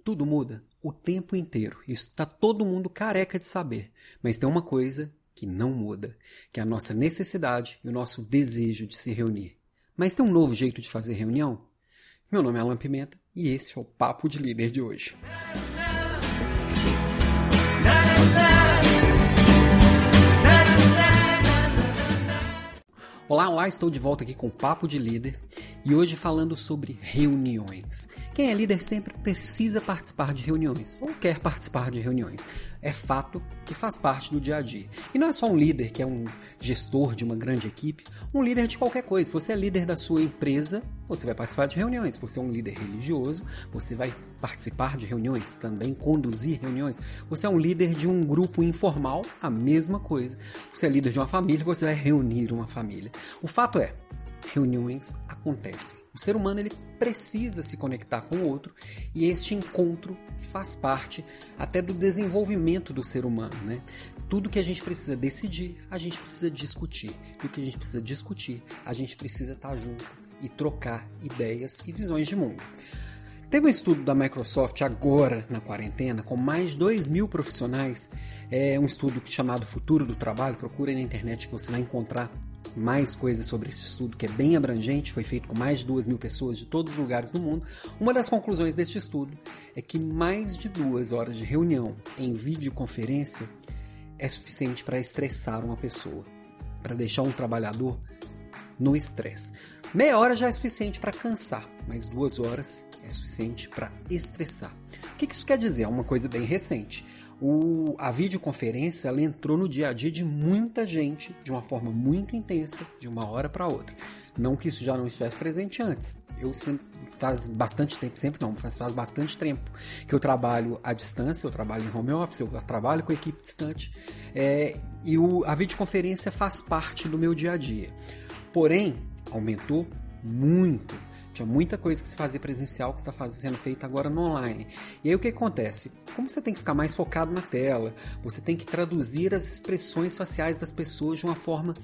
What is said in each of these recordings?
Tudo muda o tempo inteiro. Isso está todo mundo careca de saber. Mas tem uma coisa que não muda, que é a nossa necessidade e o nosso desejo de se reunir. Mas tem um novo jeito de fazer reunião? Meu nome é Alan Pimenta e esse é o Papo de Líder de hoje. Olá, estou de volta aqui com o Papo de Líder e hoje falando sobre reuniões. Quem é líder sempre precisa participar de reuniões ou quer participar de reuniões. É fato que faz parte do dia a dia. E não é só um líder que é um gestor de uma grande equipe, um líder de qualquer coisa. Se você é líder da sua empresa, você vai participar de reuniões. Se você é um líder religioso, você vai participar de reuniões, também conduzir reuniões. Você é um líder de um grupo informal, a mesma coisa. Você é líder de uma família, você vai reunir uma família. O fato é, reuniões acontecem. O ser humano ele precisa se conectar com o outro e este encontro faz parte até do desenvolvimento do ser humano, né? Tudo que a gente precisa decidir, a gente precisa discutir. E o que a gente precisa discutir, a gente precisa estar junto e trocar ideias e visões de mundo. Teve um estudo da Microsoft agora na quarentena com mais de 2.000 profissionais, um estudo chamado Futuro do Trabalho. Procura aí na internet que você vai encontrar mais coisas sobre esse estudo, que é bem abrangente, foi feito com mais de 2.000 pessoas de todos os lugares do mundo. Uma das conclusões deste estudo é que mais de 2 horas de reunião em videoconferência é suficiente para estressar uma pessoa, para deixar um trabalhador no estresse. Meia hora já é suficiente para cansar, mas 2 horas é suficiente para estressar. O que isso quer dizer? É uma coisa bem recente. A videoconferência ela entrou no dia a dia de muita gente de uma forma muito intensa, de uma hora para outra. Não que isso já não estivesse presente antes. Faz bastante tempo, sempre não, mas faz bastante tempo que eu trabalho à distância, eu trabalho em home office, eu trabalho com equipe distante, e a videoconferência faz parte do meu dia a dia. Porém, aumentou muito. Tinha muita coisa que se fazia presencial que está sendo feita agora no online. E aí o que acontece? Como você tem que ficar mais focado na tela, você tem que traduzir as expressões faciais das pessoas de uma forma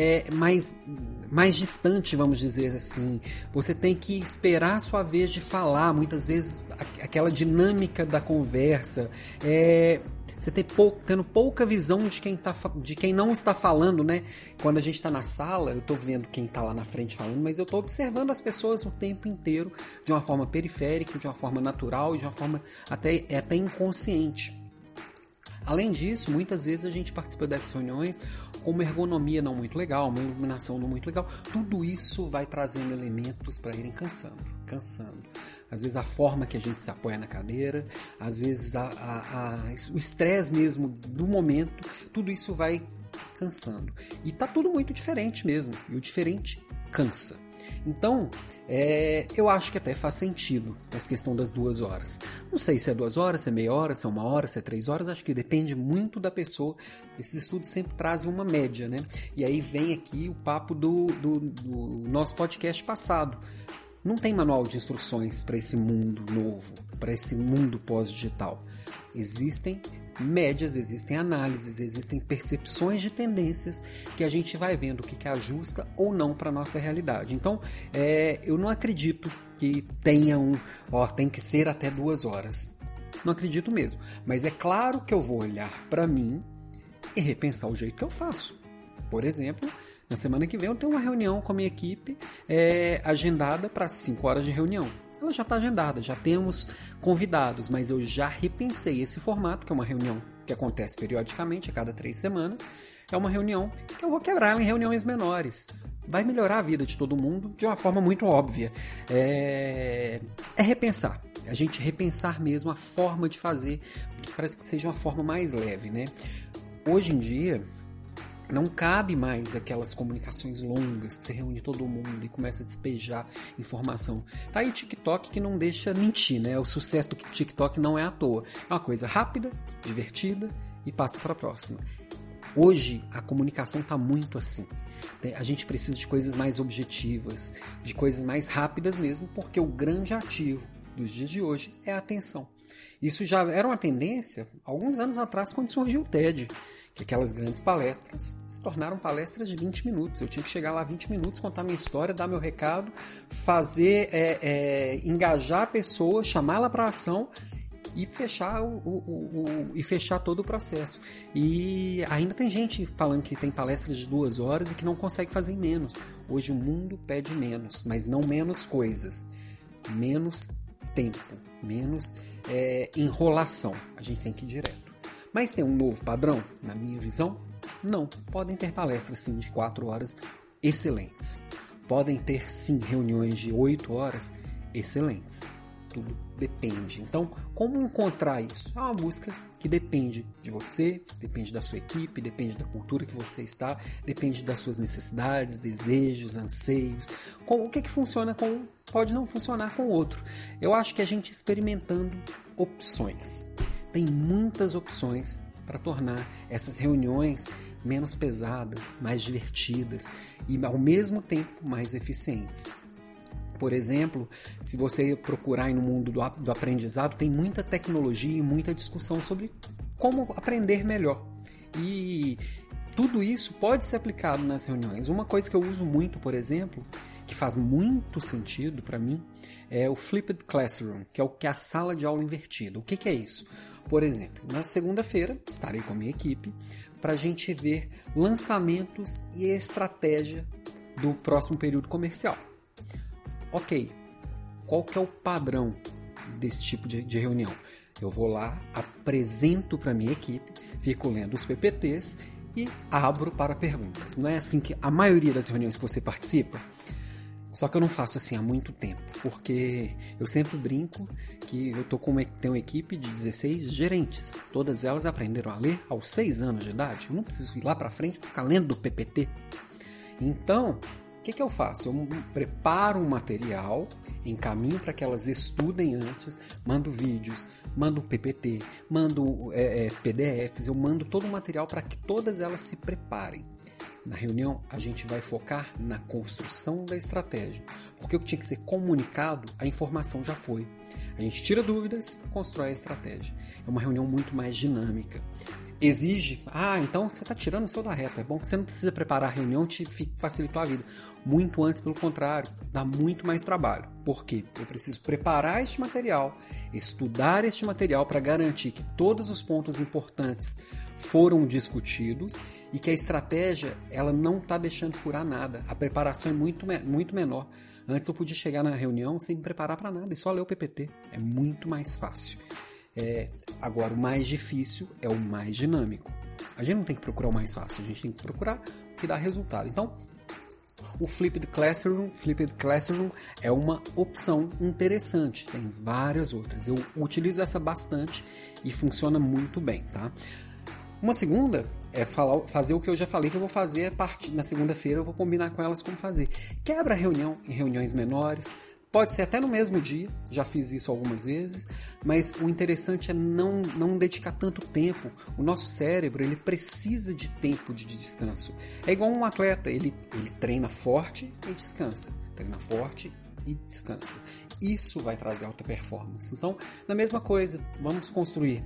mais distante, vamos dizer assim. Você tem que esperar a sua vez de falar, muitas vezes aquela dinâmica da conversa. Você tendo pouca visão de quem não está falando, né? Quando a gente está na sala, eu estou vendo quem está lá na frente falando, mas eu estou observando as pessoas o tempo inteiro de uma forma periférica, de uma forma natural, de uma forma até inconsciente. Além disso, muitas vezes a gente participa dessas reuniões com uma ergonomia não muito legal, uma iluminação não muito legal. Tudo isso vai trazendo elementos para irem cansando. Às vezes a forma que a gente se apoia na cadeira, às vezes o estresse mesmo do momento, tudo isso vai cansando. E tá tudo muito diferente mesmo, e o diferente cansa. Então, eu acho que até faz sentido essa questão das 2 horas. Não sei se é 2 horas, se é meia hora, se é 1 hora, se é 3 horas, acho que depende muito da pessoa. Esses estudos sempre trazem uma média, né? E aí vem aqui o papo do nosso podcast passado. Não tem manual de instruções para esse mundo novo, para esse mundo pós-digital. Existem médias, existem análises, existem percepções de tendências que a gente vai vendo o que ajusta ou não para a nossa realidade. Então, eu não acredito que tem que ser até 2 horas. Não acredito mesmo. Mas é claro que eu vou olhar para mim e repensar o jeito que eu faço. Por exemplo, na semana que vem eu tenho uma reunião com a minha equipe agendada para 5 horas de reunião. Ela já está agendada, já temos convidados, mas eu já repensei esse formato, que é uma reunião que acontece periodicamente, a cada 3 semanas. É uma reunião que eu vou quebrar ela em reuniões menores. Vai melhorar a vida de todo mundo de uma forma muito óbvia. É repensar. A gente repensar mesmo a forma de fazer, para que seja uma forma mais leve, né? Hoje em dia, não cabe mais aquelas comunicações longas que você reúne todo mundo e começa a despejar informação. Tá aí o TikTok que não deixa mentir, né? O sucesso do TikTok não é à toa. É uma coisa rápida, divertida e passa para a próxima. Hoje a comunicação está muito assim. A gente precisa de coisas mais objetivas, de coisas mais rápidas mesmo, porque o grande ativo dos dias de hoje é a atenção. Isso já era uma tendência alguns anos atrás, quando surgiu o TED, que aquelas grandes palestras se tornaram palestras de 20 minutos. Eu tinha que chegar lá 20 minutos, contar minha história, dar meu recado, fazer, engajar a pessoa, chamá-la para ação e fechar, e fechar todo o processo. E ainda tem gente falando que tem palestras de 2 horas e que não consegue fazer em menos. Hoje o mundo pede menos, mas não menos coisas, menos tempo, menos enrolação. A gente tem que ir direto. Mas tem um novo padrão, na minha visão? Não. Podem ter palestras sim de 4 horas excelentes. Podem ter sim reuniões de 8 horas excelentes. Tudo depende. Então, como encontrar isso? É uma busca que depende de você, depende da sua equipe, depende da cultura que você está, depende das suas necessidades, desejos, anseios. O que funciona com um pode não funcionar com o outro. Eu acho que a gente experimentando opções. Tem muitas opções para tornar essas reuniões menos pesadas, mais divertidas e ao mesmo tempo mais eficientes. Por exemplo, se você procurar aí no mundo do aprendizado, tem muita tecnologia e muita discussão sobre como aprender melhor. E tudo isso pode ser aplicado nas reuniões. Uma coisa que eu uso muito, por exemplo, que faz muito sentido para mim, é o Flipped Classroom, que é a sala de aula invertida. O que é isso? Por exemplo, na segunda-feira estarei com a minha equipe para a gente ver lançamentos e estratégia do próximo período comercial. Ok, qual que é o padrão desse tipo de reunião? Eu vou lá, apresento para a minha equipe, fico lendo os PPTs e abro para perguntas. Não é assim que a maioria das reuniões que você participa? Só que eu não faço assim há muito tempo, porque eu sempre brinco que eu tenho uma equipe de 16 gerentes. Todas elas aprenderam a ler aos 6 anos de idade. Eu não preciso ir lá para frente para ficar lendo do PPT. Então, o que eu faço? Eu preparo um material, encaminho para que elas estudem antes, mando vídeos, mando PPT, mando PDFs, eu mando todo o material para que todas elas se preparem. Na reunião, a gente vai focar na construção da estratégia, porque o que tinha que ser comunicado, a informação já foi. A gente tira dúvidas, constrói a estratégia. É uma reunião muito mais dinâmica. Exige, então você está tirando o seu da reta. É bom que você não precisa preparar a reunião, te facilitar a vida. Muito antes, pelo contrário, dá muito mais trabalho. Por quê? Eu preciso preparar este material, estudar este material para garantir que todos os pontos importantes foram discutidos e que a estratégia ela não está deixando furar nada. A preparação é muito menor. Antes eu podia chegar na reunião sem me preparar para nada e só ler o PPT. É muito mais fácil. Agora, o mais difícil é o mais dinâmico. A gente não tem que procurar o mais fácil, a gente tem que procurar o que dá resultado. Então, o Flipped Classroom é uma opção interessante. Tem várias outras. Eu utilizo essa bastante e funciona muito bem, tá? Uma segunda é fazer o que eu já falei que eu vou fazer na segunda-feira. Eu vou combinar com elas como fazer. Quebra a reunião em reuniões menores. Pode ser até no mesmo dia, já fiz isso algumas vezes, mas o interessante é não dedicar tanto tempo. O nosso cérebro ele precisa de tempo de descanso. É igual um atleta, ele treina forte e descansa. Treina forte e descansa. Isso vai trazer alta performance. Então, na mesma coisa, vamos construir.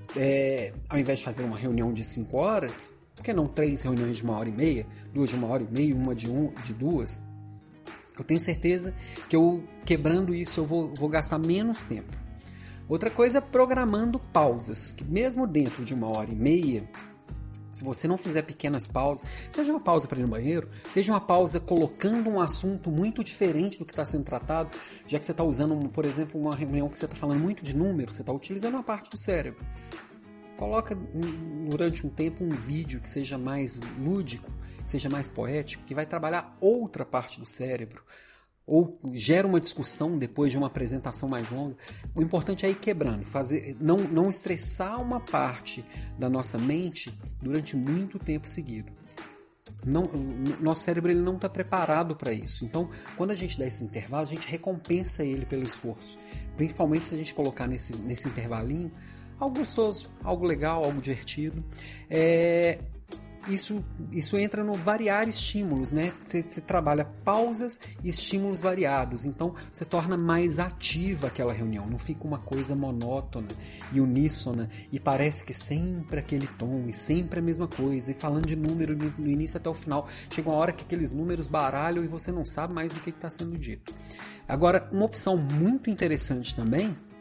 Ao invés de fazer uma reunião de 5 horas, por que não 3 reuniões de 1h30, 2 de 1h30, uma de 2? Eu tenho certeza que eu quebrando isso eu vou gastar menos tempo. Outra coisa é programando pausas, que mesmo dentro de 1h30, se você não fizer pequenas pausas, seja uma pausa para ir no banheiro, seja uma pausa colocando um assunto muito diferente do que está sendo tratado, já que você está usando, por exemplo, uma reunião que você está falando muito de números, você está utilizando uma parte do cérebro. Coloca durante um tempo um vídeo que seja mais lúdico, seja mais poético, que vai trabalhar outra parte do cérebro, ou gera uma discussão depois de uma apresentação mais longa. O importante é ir quebrando, não estressar uma parte da nossa mente durante muito tempo seguido. Nosso cérebro ele não está preparado para isso. Então, quando a gente dá esses intervalos, a gente recompensa ele pelo esforço. Principalmente se a gente colocar nesse intervalinho algo gostoso, algo legal, algo divertido. Isso entra no variar estímulos, né? Você trabalha pausas e estímulos variados, então você torna mais ativa aquela reunião, não fica uma coisa monótona e uníssona e parece que sempre aquele tom e sempre a mesma coisa, e falando de número no início até o final, chega uma hora que aqueles números baralham e você não sabe mais do que está sendo dito. Agora, uma opção muito interessante também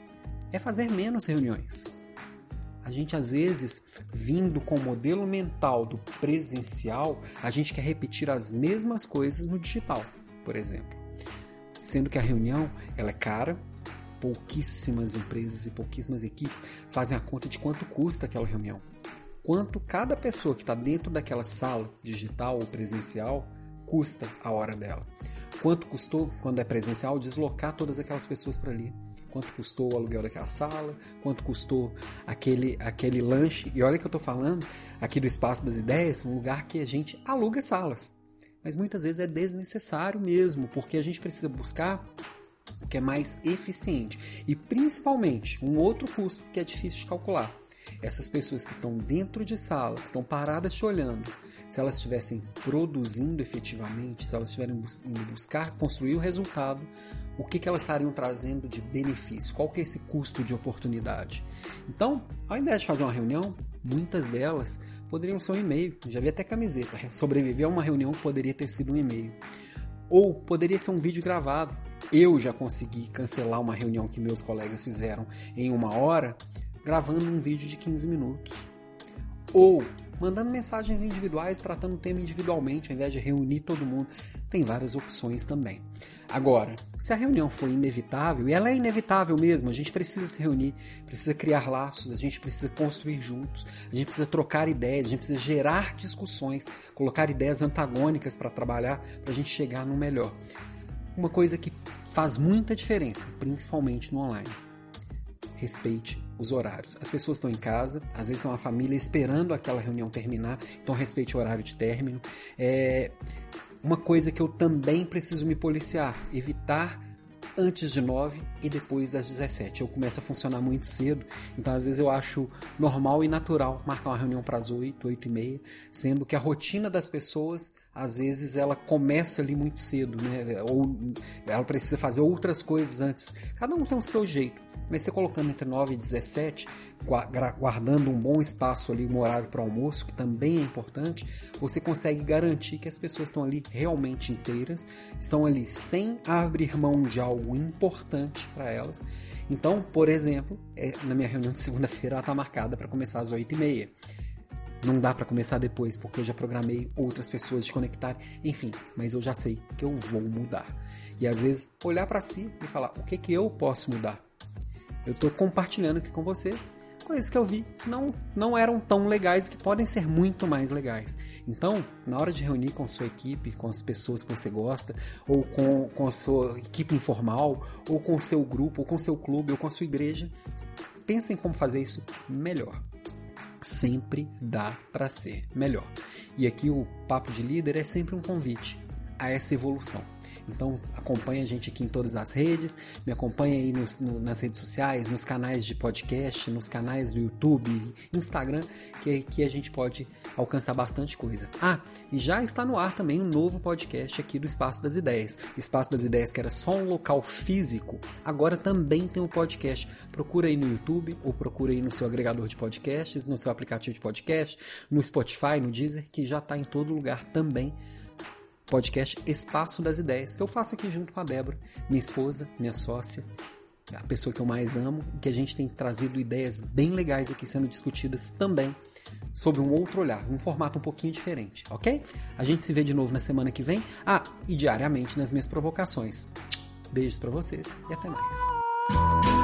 é fazer menos reuniões. A gente, às vezes, vindo com o modelo mental do presencial, a gente quer repetir as mesmas coisas no digital, por exemplo. Sendo que a reunião ela é cara, pouquíssimas empresas e pouquíssimas equipes fazem a conta de quanto custa aquela reunião. Quanto cada pessoa que está dentro daquela sala, digital ou presencial, custa a hora dela. Quanto custou, quando é presencial, deslocar todas aquelas pessoas para ali. Quanto custou o aluguel daquela sala, quanto custou aquele lanche. E olha que eu estou falando aqui do Espaço das Ideias, um lugar que a gente aluga salas. Mas muitas vezes é desnecessário mesmo, porque a gente precisa buscar o que é mais eficiente. E principalmente, um outro custo que é difícil de calcular. Essas pessoas que estão dentro de sala, que estão paradas te olhando, se elas estivessem produzindo efetivamente, se elas estiverem indo buscar construir o resultado, o que elas estariam trazendo de benefício? Qual que é esse custo de oportunidade? Então, ao invés de fazer uma reunião, muitas delas poderiam ser um e-mail. Já vi até camiseta. Sobreviver a uma reunião poderia ter sido um e-mail. Ou poderia ser um vídeo gravado. Eu já consegui cancelar uma reunião que meus colegas fizeram em 1 hora, gravando um vídeo de 15 minutos. Ou mandando mensagens individuais, tratando o tema individualmente, ao invés de reunir todo mundo. Tem várias opções também. Agora, se a reunião for inevitável, e ela é inevitável mesmo, a gente precisa se reunir, precisa criar laços, a gente precisa construir juntos, a gente precisa trocar ideias, a gente precisa gerar discussões, colocar ideias antagônicas para trabalhar, para a gente chegar no melhor. Uma coisa que faz muita diferença, principalmente no online. Respeite os horários. As pessoas estão em casa, às vezes estão a família esperando aquela reunião terminar, então respeite o horário de término. Uma coisa que eu também preciso me policiar, evitar antes de 9 e depois das 17. Eu começo a funcionar muito cedo, então às vezes eu acho normal e natural marcar uma reunião para as 8, 8h30, sendo que a rotina das pessoas, às vezes ela começa ali muito cedo, né? Ou ela precisa fazer outras coisas antes. Cada um tem o seu jeito. Mas você colocando entre 9 e 17, guardando um bom espaço ali, um horário para almoço, que também é importante, você consegue garantir que as pessoas estão ali realmente inteiras, estão ali sem abrir mão de algo importante para elas. Então, por exemplo, na minha reunião de segunda-feira ela está marcada para começar às 8h30. Não dá para começar depois, porque eu já programei outras pessoas de conectar, enfim, mas eu já sei que eu vou mudar. E às vezes olhar para si e falar, o que eu posso mudar? Eu estou compartilhando aqui com vocês coisas que eu vi que não eram tão legais, que podem ser muito mais legais. Então, na hora de reunir com a sua equipe, com as pessoas que você gosta, ou com a sua equipe informal, ou com o seu grupo, ou com o seu clube, ou com a sua igreja, pensem como fazer isso melhor. Sempre dá para ser melhor. E aqui o Papo de Líder é sempre um convite a essa evolução. Então acompanha a gente aqui em todas as redes, me acompanha aí nas redes sociais, nos canais de podcast, nos canais do YouTube, Instagram, que a gente pode alcançar bastante coisa. E já está no ar também um novo podcast aqui do Espaço das Ideias. Espaço das Ideias, que era só um local físico, agora também tem um podcast. Procura aí no YouTube ou procura aí no seu agregador de podcasts, no seu aplicativo de podcast, no Spotify, no Deezer, que já está em todo lugar também. Podcast Espaço das Ideias, que eu faço aqui junto com a Débora, minha esposa, minha sócia, a pessoa que eu mais amo, e que a gente tem trazido ideias bem legais aqui sendo discutidas também sobre um outro olhar, um formato um pouquinho diferente, ok? A gente se vê de novo na semana que vem, e diariamente nas minhas provocações. Beijos pra vocês e até mais.